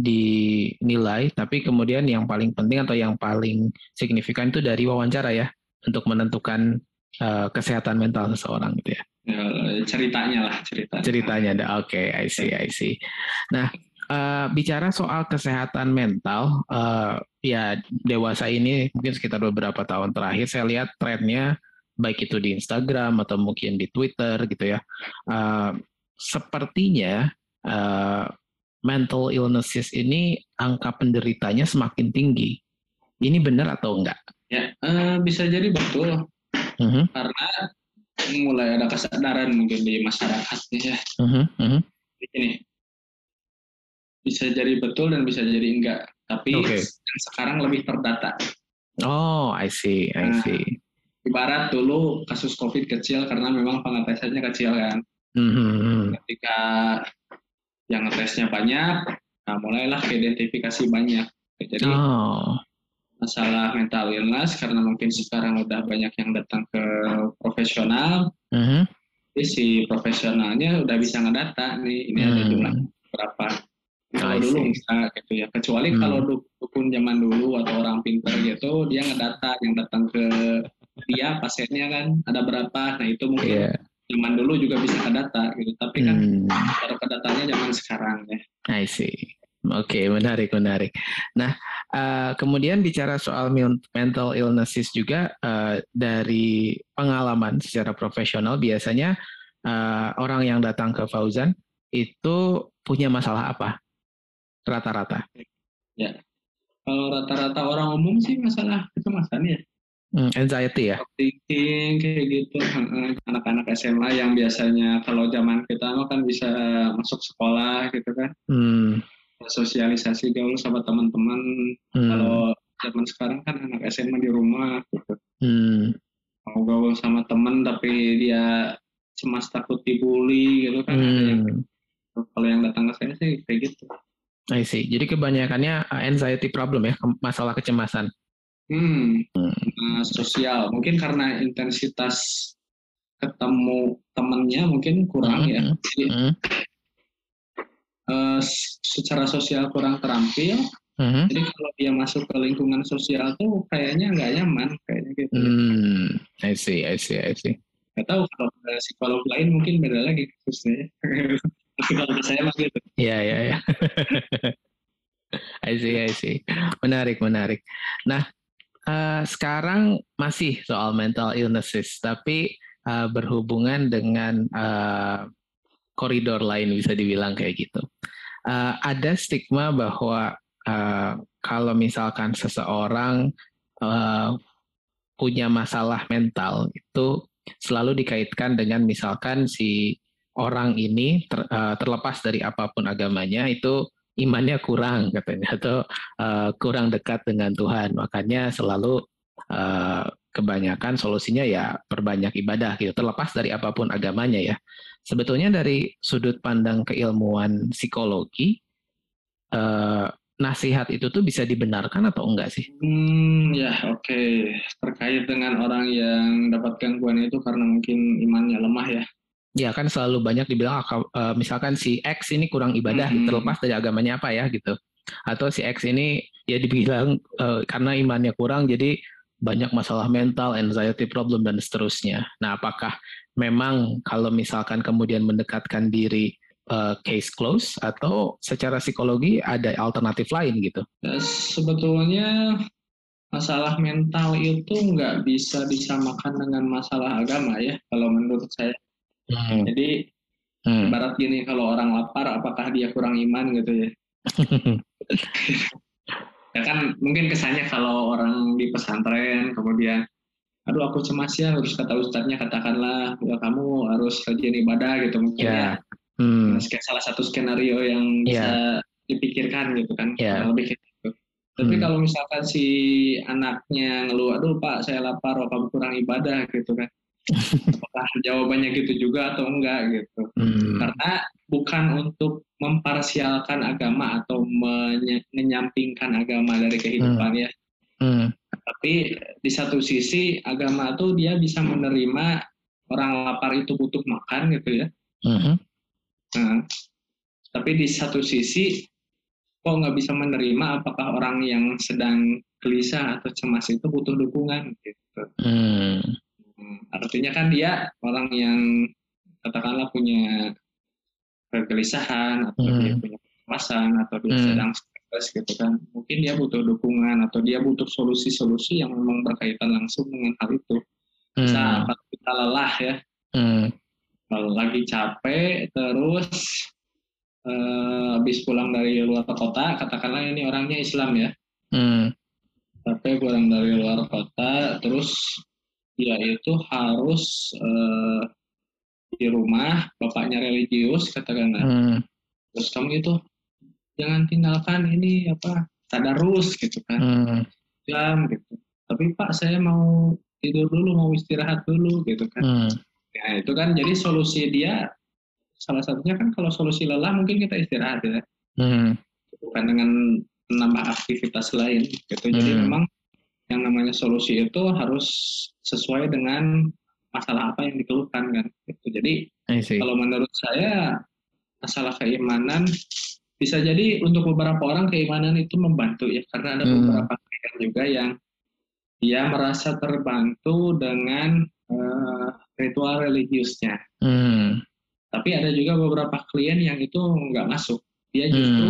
dinilai, tapi kemudian yang paling penting atau yang paling signifikan itu dari wawancara ya, untuk menentukan uh, kesehatan mental seseorang gitu ya. Ya ceritanya lah cerita. Ceritanya, oke, okay, I see, I see. Nah, uh, bicara soal kesehatan mental, uh, ya dewasa ini mungkin sekitar beberapa tahun terakhir saya lihat trennya baik itu di Instagram atau mungkin di Twitter gitu ya. Uh, Sepertinya uh, mental illnesses ini angka penderitanya semakin tinggi. Ini benar atau enggak? Ya, uh, bisa jadi betul. Uh-huh. Karena mulai ada kesadaran mungkin di masyarakat ya. Uh-huh. Uh-huh. Ini bisa jadi betul dan bisa jadi enggak. Tapi okay. sekarang lebih terdata. Oh, I see, I see. Nah, ibarat dulu kasus COVID kecil karena memang pengetesannya kecil kan. Mm-hmm. Ketika yang ngetesnya banyak, nah mulailah identifikasi banyak. Jadi oh. masalah mental illness karena mungkin sekarang udah banyak yang datang ke profesional, mm-hmm. jadi si profesionalnya udah bisa ngedata nih ini mm. ada jumlah berapa. Kalau dulu enggak gitu ya. Kecuali mm. kalau dukun zaman dulu atau orang pintar gitu, dia ngedata yang datang ke dia pasiennya kan ada berapa. Nah itu mungkin yeah. zaman dulu juga bisa ke data gitu, tapi kan hmm. baru ke datanya zaman sekarang ya. I see. Oke, okay, menarik, menarik. Nah, uh, kemudian bicara soal mental illnesses juga uh, dari pengalaman secara profesional, biasanya uh, orang yang datang ke Fauzan itu punya masalah apa? Rata-rata? Ya, kalau rata-rata orang umum sih masalah kecemasan ya. Hmm, anxiety ya? Thinking kayak gitu. Anak-anak S M A yang biasanya kalau zaman kita kan bisa masuk sekolah gitu kan. Hmm. Sosialisasi gaul sama teman-teman. Hmm. Kalau zaman sekarang kan anak S M A di rumah gitu. Hmm. Mau gaul sama teman tapi dia cemas takut dibully gitu kan. Hmm. Ada yang kalau yang datang ke saya sih kayak gitu. I see. Jadi kebanyakannya anxiety problem ya, masalah kecemasan. Hmm. hmm. Sosial mungkin karena intensitas ketemu temannya mungkin kurang hmm. ya. Jadi, hmm. Uh, secara sosial kurang terampil, uh-huh. jadi kalau dia masuk ke lingkungan sosial tuh kayaknya nggak nyaman, kayaknya gitu. Hmm, I see, I see, I see. Nggak tahu kalau psikolog lain mungkin beda lagi khususnya. Kalau saya mah gitu. Iya, iya, iya. I see, I see. Menarik, menarik. Nah, uh, sekarang masih soal mental illnesses, tapi uh, berhubungan dengan uh, koridor lain bisa dibilang kayak gitu. Uh, ada stigma bahwa uh, kalau misalkan seseorang uh, punya masalah mental itu selalu dikaitkan dengan misalkan si orang ini ter, uh, terlepas dari apapun agamanya itu imannya kurang katanya atau uh, kurang dekat dengan Tuhan, makanya selalu uh, kebanyakan solusinya ya perbanyak ibadah gitu terlepas dari apapun agamanya ya. Sebetulnya dari sudut pandang keilmuan psikologi, eh, nasihat itu tuh bisa dibenarkan atau enggak sih? Hmm, ya oke. Okay. Terkait dengan orang yang dapat gangguan itu karena mungkin imannya lemah ya. Ya kan selalu banyak dibilang, uh, misalkan si X ini kurang ibadah, hmm. terlepas dari agamanya apa ya gitu. Atau si X ini ya dibilang uh, karena imannya kurang jadi banyak masalah mental, anxiety problem, dan seterusnya. Nah, apakah memang kalau misalkan kemudian mendekatkan diri uh, case close atau secara psikologi ada alternatif lain gitu? Ya, sebetulnya masalah mental itu nggak bisa disamakan dengan masalah agama ya, kalau menurut saya. Hmm. Jadi, hmm. ibarat gini, kalau orang lapar, apakah dia kurang iman gitu ya? Ya kan mungkin kesannya kalau orang di pesantren kemudian aduh aku cemas ya, harus kata ustadznya katakanlah ya kamu harus rajin ibadah gitu mungkin yeah. ya hmm. salah satu skenario yang bisa yeah. dipikirkan gitu kan yeah. lebih gitu. Tapi hmm. kalau misalkan si anaknya ngeluh aduh pak saya lapar, oh, kamu kurang ibadah gitu kan, apakah jawabannya gitu juga atau enggak gitu. hmm. Karena bukan untuk memparsialkan agama atau menye- menyampingkan agama dari kehidupan hmm. ya. Hmm. Tapi di satu sisi agama tuh dia bisa menerima orang lapar itu butuh makan gitu ya. Hmm. Nah, tapi di satu sisi kok nggak bisa menerima apakah orang yang sedang gelisah atau cemas itu butuh dukungan gitu. Hmm. Artinya kan dia orang yang katakanlah punya kegelisahan atau hmm. dia punya kecemasan atau dia hmm. sedang stres gitu kan, mungkin dia butuh dukungan atau dia butuh solusi-solusi yang memang berkaitan langsung dengan hal itu. Bisa hmm. kalau kita lelah ya, hmm. kalau lagi capek terus eh, habis pulang dari luar kota, katakanlah ini orangnya Islam ya, hmm. tapi pulang dari luar kota terus dia itu harus eh, di rumah, bapaknya religius katakanlah, hmm. terus kamu itu jangan tinggalkan ini apa tadarus gitu kan, hmm. jam gitu. Tapi Pak saya mau tidur dulu, mau istirahat dulu gitu kan. Hmm. Nah itu kan jadi solusi dia salah satunya kan kalau solusi lelah mungkin kita istirahat ya, hmm. bukan dengan menambah aktivitas lain gitu. Jadi hmm. memang yang namanya solusi itu harus sesuai dengan masalah apa yang dikeluhkan kan gitu. Jadi kalau menurut saya masalah keimanan bisa jadi untuk beberapa orang keimanan itu membantu ya, karena ada hmm. beberapa klien juga yang dia merasa terbantu dengan uh, ritual religiusnya. Hmm. Tapi ada juga beberapa klien yang itu nggak masuk, dia justru hmm.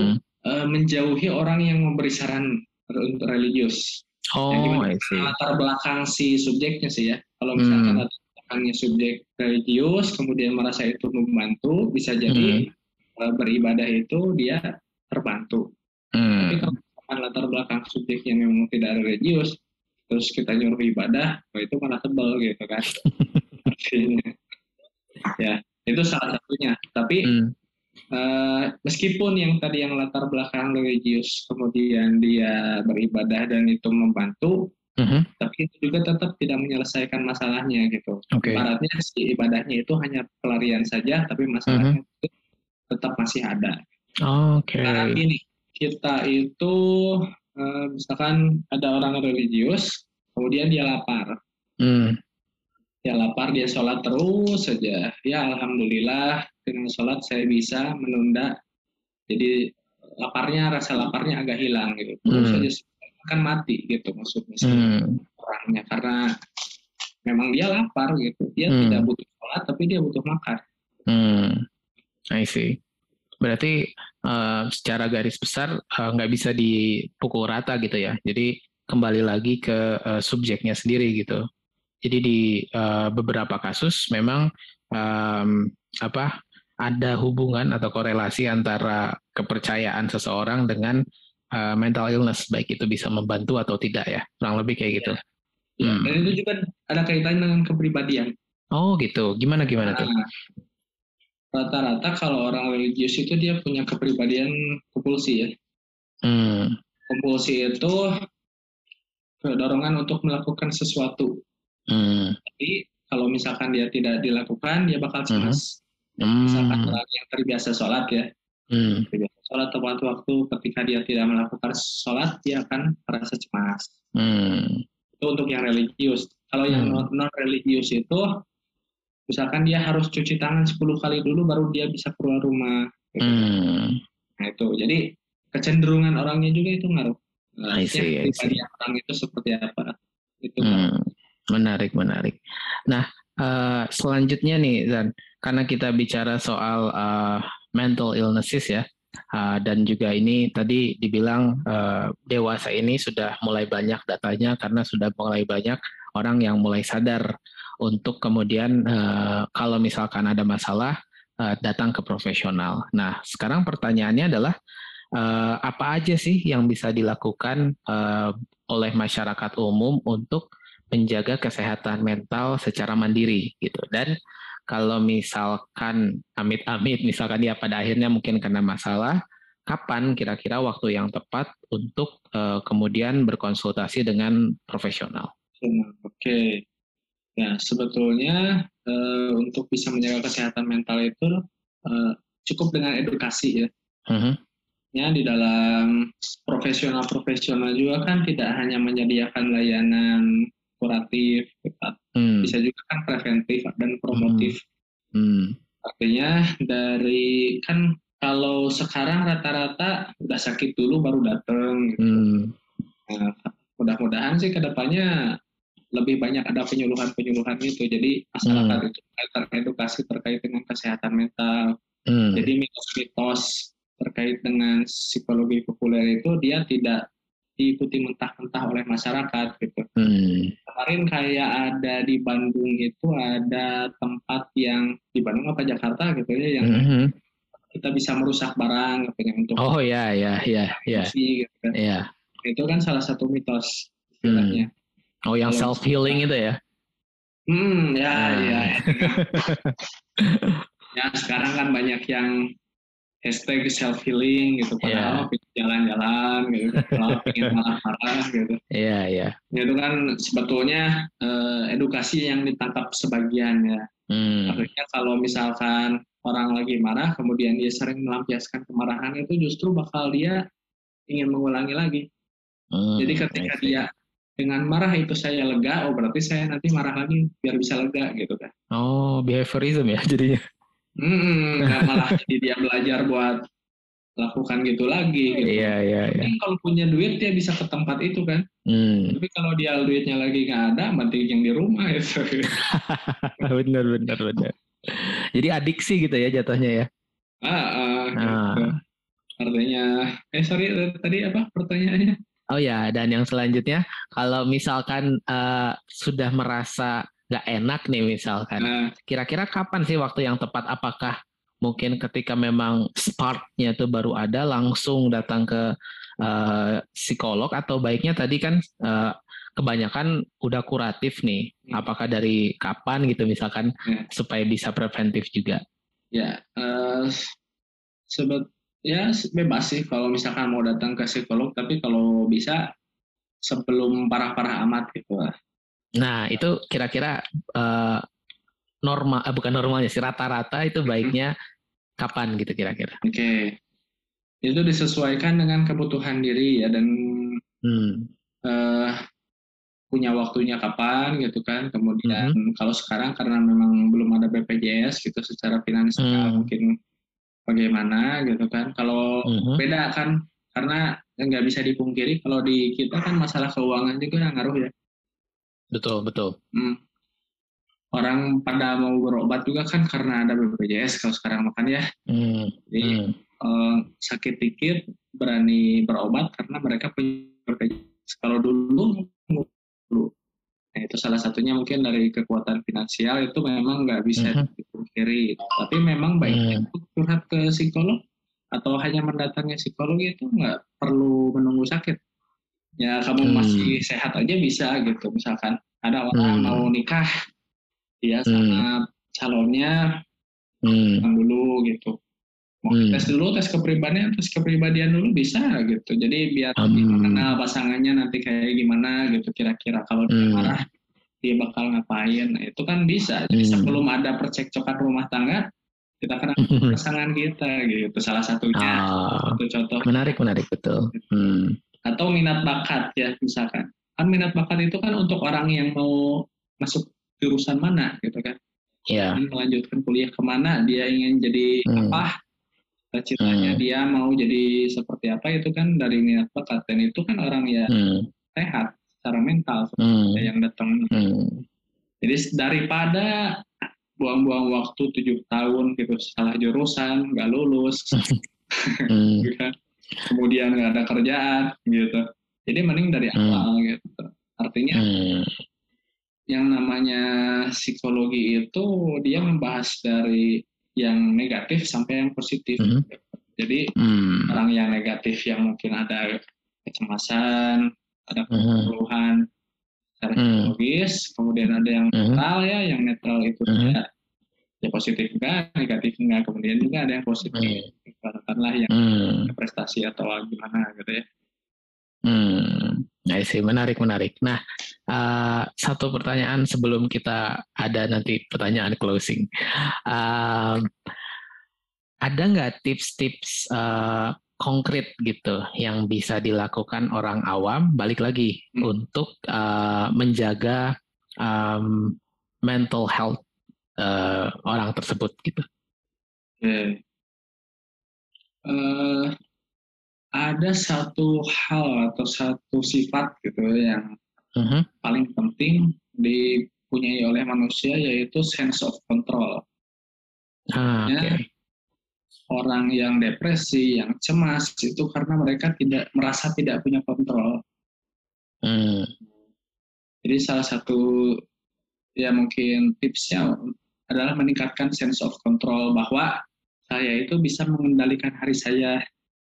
uh, menjauhi orang yang memberi saran religius. Oh, yang gimana latar belakang si subjeknya sih ya. Kalau misalkan Hmm. latar belakangnya subjek religius, kemudian merasa itu membantu, bisa jadi Hmm. uh, beribadah itu dia terbantu. Hmm. Tapi kalau misalkan latar belakang subjeknya memang tidak religius, terus kita nyuruh ibadah, oh itu malah tebal gitu kan. Artinya, ya itu salah satunya. Tapi hmm. uh, meskipun yang tadi yang latar belakang religius, kemudian dia beribadah dan itu membantu, uh-huh. tapi itu juga tetap tidak menyelesaikan masalahnya gitu. Okay. Ibaratnya si ibadahnya itu hanya pelarian saja, tapi masalahnya uh-huh. itu tetap masih ada. Oh, Oke. Okay. Karena gini, kita itu uh, misalkan ada orang religius, kemudian dia lapar. Hmm. Dia lapar, dia sholat terus saja. Ya Alhamdulillah dengan sholat saya bisa menunda. Jadi laparnya, rasa laparnya agak hilang gitu. Terus hmm. saja akan mati gitu maksudnya sih hmm. orangnya. Karena memang dia lapar gitu. Dia hmm. tidak butuh sholat tapi dia butuh makan. Hmm. I see. Berarti uh, secara garis besar nggak uh, bisa dipukul rata gitu ya. Jadi kembali lagi ke uh, subjeknya sendiri gitu. Jadi di uh, beberapa kasus memang um, apa ada hubungan atau korelasi antara kepercayaan seseorang dengan uh, mental illness, baik itu bisa membantu atau tidak ya, kurang lebih kayak gitu. Ya, hmm. Dan itu juga ada kaitannya dengan kepribadian. Oh gitu, gimana gimana nah, tuh? Rata-rata kalau orang religius itu dia punya kepribadian kompulsi ya. Hmm. Kompulsi itu dorongan untuk melakukan sesuatu. Hmm. Tapi kalau misalkan dia tidak dilakukan, dia bakal cemas. Hmm. Misalkan orang yang terbiasa sholat ya, hmm. terbiasa sholat tepat waktu, ketika dia tidak melakukan sholat, dia akan merasa cemas. Hmm. Itu untuk yang religius. Kalau hmm. yang non-religius itu, misalkan dia harus cuci tangan sepuluh kali dulu, baru dia bisa keluar rumah. Gitu. Hmm. Nah itu, jadi kecenderungan orangnya juga itu ngaruh. Nah, I see, I see. Orang itu seperti apa? Itu hmm. Menarik, menarik. Nah, uh, selanjutnya nih, Zan, karena kita bicara soal uh, mental illnesses ya, uh, dan juga ini tadi dibilang uh, dewasa ini sudah mulai banyak datanya karena sudah mulai banyak orang yang mulai sadar untuk kemudian uh, kalau misalkan ada masalah uh, datang ke profesional. Nah, sekarang pertanyaannya adalah uh, apa aja sih yang bisa dilakukan uh, oleh masyarakat umum untuk menjaga kesehatan mental secara mandiri gitu. Dan kalau misalkan amit-amit misalkan dia pada akhirnya mungkin kena masalah, kapan kira-kira waktu yang tepat untuk uh, kemudian berkonsultasi dengan profesional? Oke. Okay. Nah, sebetulnya uh, untuk bisa menjaga kesehatan mental itu uh, cukup dengan edukasi ya. Uh-huh. Ya, di dalam profesional-profesional juga kan tidak hanya menyediakan layanan kuratif, hmm. bisa juga kan preventif dan promotif. Hmm. Hmm. Artinya dari kan kalau sekarang rata-rata udah sakit dulu baru datang. Gitu. Hmm. Nah, mudah-mudahan sih kedepannya lebih banyak ada penyuluhan-penyuluhan itu. Jadi masyarakat hmm. itu teredukasi terkait dengan kesehatan mental. Hmm. Jadi mitos-mitos terkait dengan psikologi populer itu dia tidak diikuti mentah-mentah oleh masyarakat gitu. Hmm. Kemarin kayak ada di Bandung itu ada tempat yang di Bandung apa Jakarta gitu ya yang mm-hmm. kita bisa merusak barang gitu yang untuk oh ya ya ya ya gitu kan. Ya. Itu kan salah satu mitos istilahnya. Hmm. Oh yang self healing itu ya. Hmm ya nah. ya. Ya sekarang kan banyak yang hashtag self healing gitu, padahal yeah. jalan-jalan gitu, kalau pengen marah-marah gitu. Iya yeah, iya. Yeah. Itu kan sebetulnya eh, edukasi yang ditangkap sebagian ya. Hmm. Artinya kalau misalkan orang lagi marah, kemudian dia sering melampiaskan kemarahan itu justru bakal dia ingin mengulangi lagi. Hmm, Jadi ketika dia dengan marah itu saya lega, oh berarti saya nanti marah lagi biar bisa lega gitu kan. Oh behaviorism ya jadinya. Hmm, malah jadi dia belajar buat lakukan gitu lagi. Gitu. Iya, iya, iya. Mungkin kalau punya duit dia bisa ke tempat itu kan. Hmm. Tapi kalau dia duitnya lagi nggak ada, mending yang di rumah itu. benar, benar, benar. Jadi adiksi gitu ya jatuhnya ya. Ah, ah, gitu. ah. Artinya Eh sorry tadi apa pertanyaannya? Oh ya, dan yang selanjutnya kalau misalkan uh, sudah merasa nggak enak nih misalkan, uh, kira-kira kapan sih waktu yang tepat? Apakah mungkin ketika memang sparknya itu baru ada langsung datang ke uh, psikolog, atau baiknya tadi kan uh, kebanyakan udah kuratif nih, apakah dari kapan gitu misalkan ya, supaya bisa preventif juga? Ya, uh, sebet ya bebas sih kalau misalkan mau datang ke psikolog, tapi kalau bisa sebelum parah-parah amat gitu lah. Nah itu kira-kira uh, normal, eh, bukan normalnya sih, rata-rata itu baiknya hmm. kapan gitu kira-kira? Oke, okay. Itu disesuaikan dengan kebutuhan diri ya, dan hmm. uh, punya waktunya kapan gitu kan. Kemudian mm-hmm. kalau sekarang karena memang belum ada B P J S gitu secara finansial mm. mungkin bagaimana gitu kan. Kalau mm-hmm. beda kan, karena nggak bisa dipungkiri kalau di kita kan masalah keuangan juga ngaruh ya. Betul betul. Hmm. Orang pada mau berobat juga kan karena ada B P J S kalau sekarang makan ya. Mm. Jadi mm. Eh, sakit dikit berani berobat karena mereka punya B P J S. Kalau dulu dulu. Nah, itu salah satunya mungkin dari kekuatan finansial itu memang nggak bisa uh-huh. dipungkiri. Tapi memang baiknya uh-huh. curhat ke psikolog atau hanya mendatangi psikolog itu nggak perlu menunggu sakit. Ya kamu uh-huh. masih sehat aja bisa gitu. Misalkan ada orang uh-huh. mau nikah, dia sama uh-huh. calonnya uh-huh. dulu gitu. Mau hmm. tes dulu, tes kepribadian, tes kepribadian dulu bisa gitu. Jadi biar um. mengenal pasangannya nanti kayak gimana gitu kira-kira. Kalau dia hmm. marah, dia bakal ngapain. Nah, itu kan bisa. Jadi hmm. sebelum ada percekcokan rumah tangga, kita kenal pasangan kita gitu. Salah satunya, oh. satu contoh. Menarik, menarik betul. Hmm. Atau minat bakat ya misalkan. Kan minat bakat itu kan untuk orang yang mau masuk jurusan mana gitu kan. Yeah. Melanjutkan kuliah kemana, dia ingin jadi hmm. apa. Cita-citanya hmm. dia mau jadi seperti apa itu kan dari minat bakat, dan itu kan orang yang hmm. sehat secara mental hmm. yang datang. Hmm. Jadi daripada buang-buang waktu tujuh tahun gitu salah jurusan, nggak lulus, hmm. kemudian nggak ada kerjaan gitu. Jadi mending dari awal hmm. gitu. Artinya hmm. yang namanya psikologi itu dia membahas dari yang negatif sampai yang positif. Mm-hmm. Jadi mm. orang yang negatif yang mungkin ada kecemasan, ada keluhan mm-hmm. secara psikologis, kemudian ada yang mm-hmm. netral ya, yang netral itu mm-hmm. ya, ya positif enggak, negatif enggak, kemudian juga ada yang positif, mm. katakanlah yang mm. prestasi atau gimana gitu ya. Hmm, nah sih menarik menarik. Nah uh, satu pertanyaan sebelum kita ada nanti pertanyaan closing, uh, ada nggak tips-tips uh, konkret gitu yang bisa dilakukan orang awam, balik lagi hmm. untuk uh, menjaga um, mental health uh, orang tersebut gitu? Okay. Uh... Ada satu hal atau satu sifat gitu yang uh-huh. paling penting dipunyai oleh manusia, yaitu sense of control. Ah, okay. Orang yang depresi, yang cemas itu karena mereka tidak merasa tidak punya kontrol. Hmm. Jadi salah satu ya mungkin tipsnya adalah meningkatkan sense of control, bahwa saya itu bisa mengendalikan hari saya.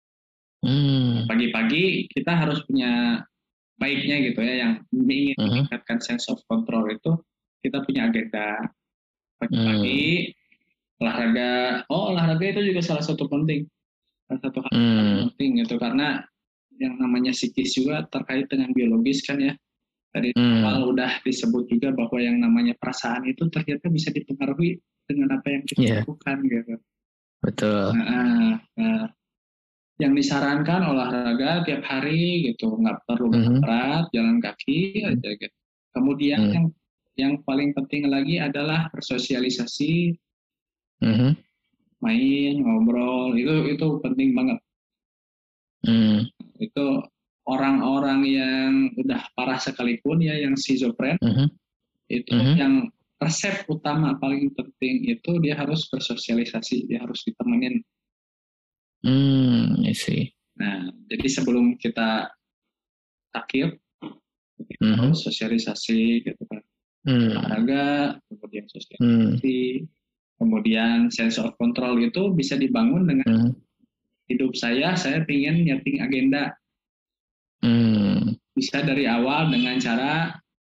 Hmm. Pagi-pagi kita harus punya baiknya gitu ya, yang ingin uh-huh. meningkatkan sense of control itu kita punya agenda. Pagi-pagi hmm. olahraga, oh olahraga itu juga salah satu penting, salah satu hal hmm. penting gitu, karena yang namanya psikis juga terkait dengan biologis kan ya. Tadi hmm. awal udah disebut juga bahwa yang namanya perasaan itu ternyata bisa dipengaruhi dengan apa yang kita yeah. lakukan gitu. Betul. Nah, nah yang disarankan olahraga tiap hari gitu, nggak perlu mm-hmm. berat, jalan kaki aja gitu. Kemudian mm. yang yang paling penting lagi adalah bersosialisasi, mm-hmm. main, ngobrol, itu itu penting banget. Mm. Itu orang-orang yang udah parah sekalipun ya, yang schizofren, mm-hmm. itu mm-hmm. yang resep utama paling penting itu dia harus bersosialisasi, dia harus ditemenin. Hmm, I see. Nah, jadi sebelum kita takir, kita Mm-hmm. harus sosialisasi gitu kan. Mm. Olahraga, kemudian sosialisasi, mm. kemudian sense of control itu bisa dibangun dengan mm. hidup saya, saya ingin nyeting agenda. Mm. Bisa dari awal dengan cara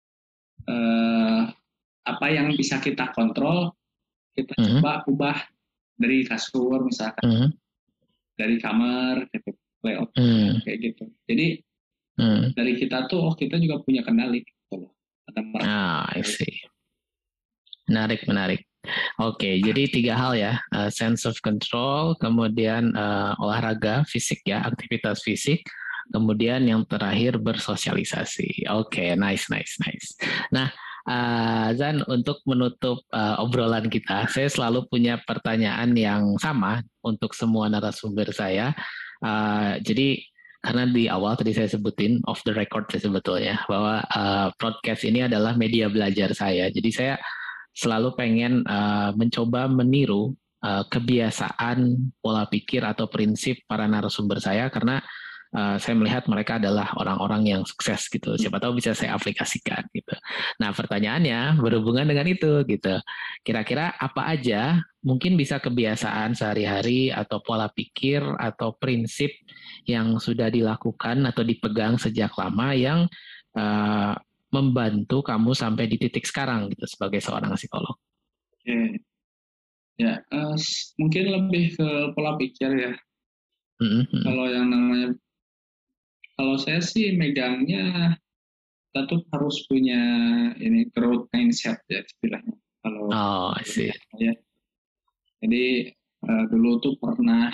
eh, apa yang bisa kita kontrol, kita mm. coba ubah dari kasur misalkan, mm. dari kamar, gitu, layout mm. kayak gitu. Jadi mm. dari kita tuh, oh kita juga punya kendali. Gitu. Ah, I see. Menarik, menarik. Oke, okay, jadi tiga hal ya, uh, sense of control, kemudian uh, olahraga fisik ya, aktivitas fisik, kemudian yang terakhir bersosialisasi. Oke, okay, nice, nice, nice. Nah, uh, Zan, untuk menutup uh, obrolan kita, saya selalu punya pertanyaan yang sama untuk semua narasumber saya. Uh, jadi karena di awal tadi saya sebutin off the record sebetulnya bahwa uh, podcast ini adalah media belajar saya. Jadi saya selalu pengen uh, mencoba meniru uh, kebiasaan, pola pikir atau prinsip para narasumber saya karena uh, saya melihat mereka adalah orang-orang yang sukses gitu. Siapa tahu bisa saya aplikasikan gitu. Nah, pertanyaannya berhubungan dengan itu gitu. Kira-kira apa aja mungkin bisa kebiasaan sehari-hari atau pola pikir atau prinsip yang sudah dilakukan atau dipegang sejak lama yang uh, membantu kamu sampai di titik sekarang gitu sebagai seorang psikolog. Oke, ya uh, mungkin lebih ke pola pikir ya. Mm-hmm. Kalau yang namanya, kalau saya sih megangnya kita tuh harus punya ini growth mindset ya istilahnya. Kalau oh, I see. Ya. Jadi uh, dulu tuh pernah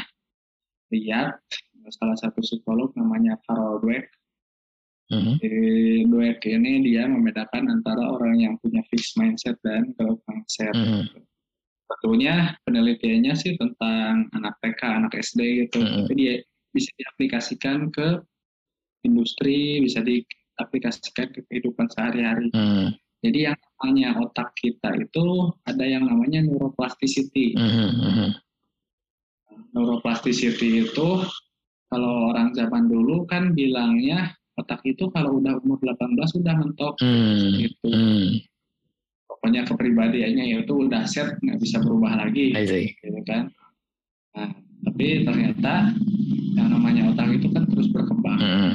lihat salah satu psikolog namanya Carol Dweck. Mm-hmm. Di Dweck ini dia membedakan antara orang yang punya fixed mindset dan growth mindset. Mm-hmm. Sebetulnya penelitiannya sih tentang anak T K, anak S D gitu. Mm-hmm. Tapi dia bisa diaplikasikan ke industri, bisa diaplikasikan ke kehidupan sehari-hari. Mm-hmm. Jadi yang namanya otak kita itu ada yang namanya neuroplasticity. Mm-hmm. Neuroplasticity itu kalau orang zaman dulu kan bilangnya otak itu kalau udah umur delapan belas udah mentok mm. gitu. Mm. Pokoknya kepribadiannya itu udah set, nggak bisa berubah lagi, gitu kan. Nah, tapi ternyata yang namanya otak itu kan terus berkembang. Mm.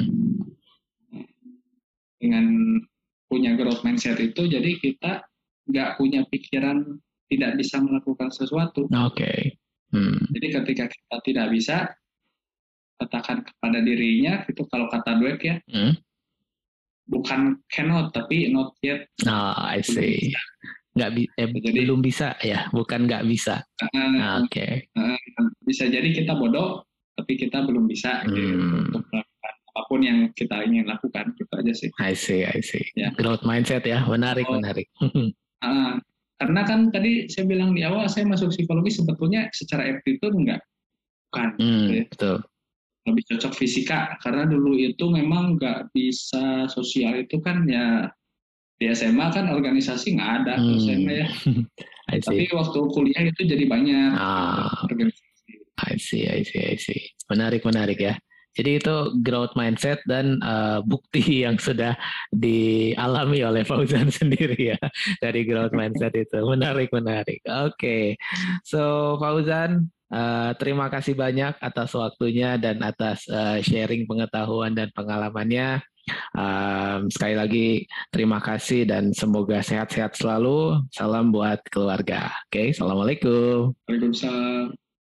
Dengan punya growth mindset itu, jadi kita nggak punya pikiran tidak bisa melakukan sesuatu. Oke. Okay. Mm. Jadi ketika kita tidak bisa, katakan kepada dirinya itu kalau kata Dweck ya hmm? bukan cannot tapi not yet. Oh, I see. Nggak bi- eh, jadi, belum bisa ya, bukan nggak bisa. Uh, Oke. Okay. Uh, bisa jadi kita bodoh tapi kita belum bisa hmm. gitu, untuk melakukan apapun yang kita ingin lakukan, gitu aja sih. I see, I see. Ya. Growth mindset ya, menarik, oh, menarik. uh, karena kan tadi saya bilang di awal saya masuk psikologi sebetulnya secara aptitude enggak, bukan. Hmm, gitu ya. Betul. Lebih cocok fisika karena dulu itu memang nggak bisa sosial itu kan ya di S M A kan organisasi nggak ada hmm. S M A ya. Tapi waktu kuliah itu jadi banyak ah. organisasi. I see, I see, I see. Menarik, menarik ya. Jadi itu growth mindset dan uh, bukti yang sudah dialami oleh Fauzan sendiri ya dari growth mindset itu. Menarik, menarik. Oke, okay. So Fauzan, Uh, terima kasih banyak atas waktunya dan atas uh, sharing pengetahuan dan pengalamannya. Um, sekali lagi terima kasih dan semoga sehat-sehat selalu. Salam buat keluarga. Oke, okay? Assalamualaikum. Waalaikumsalam.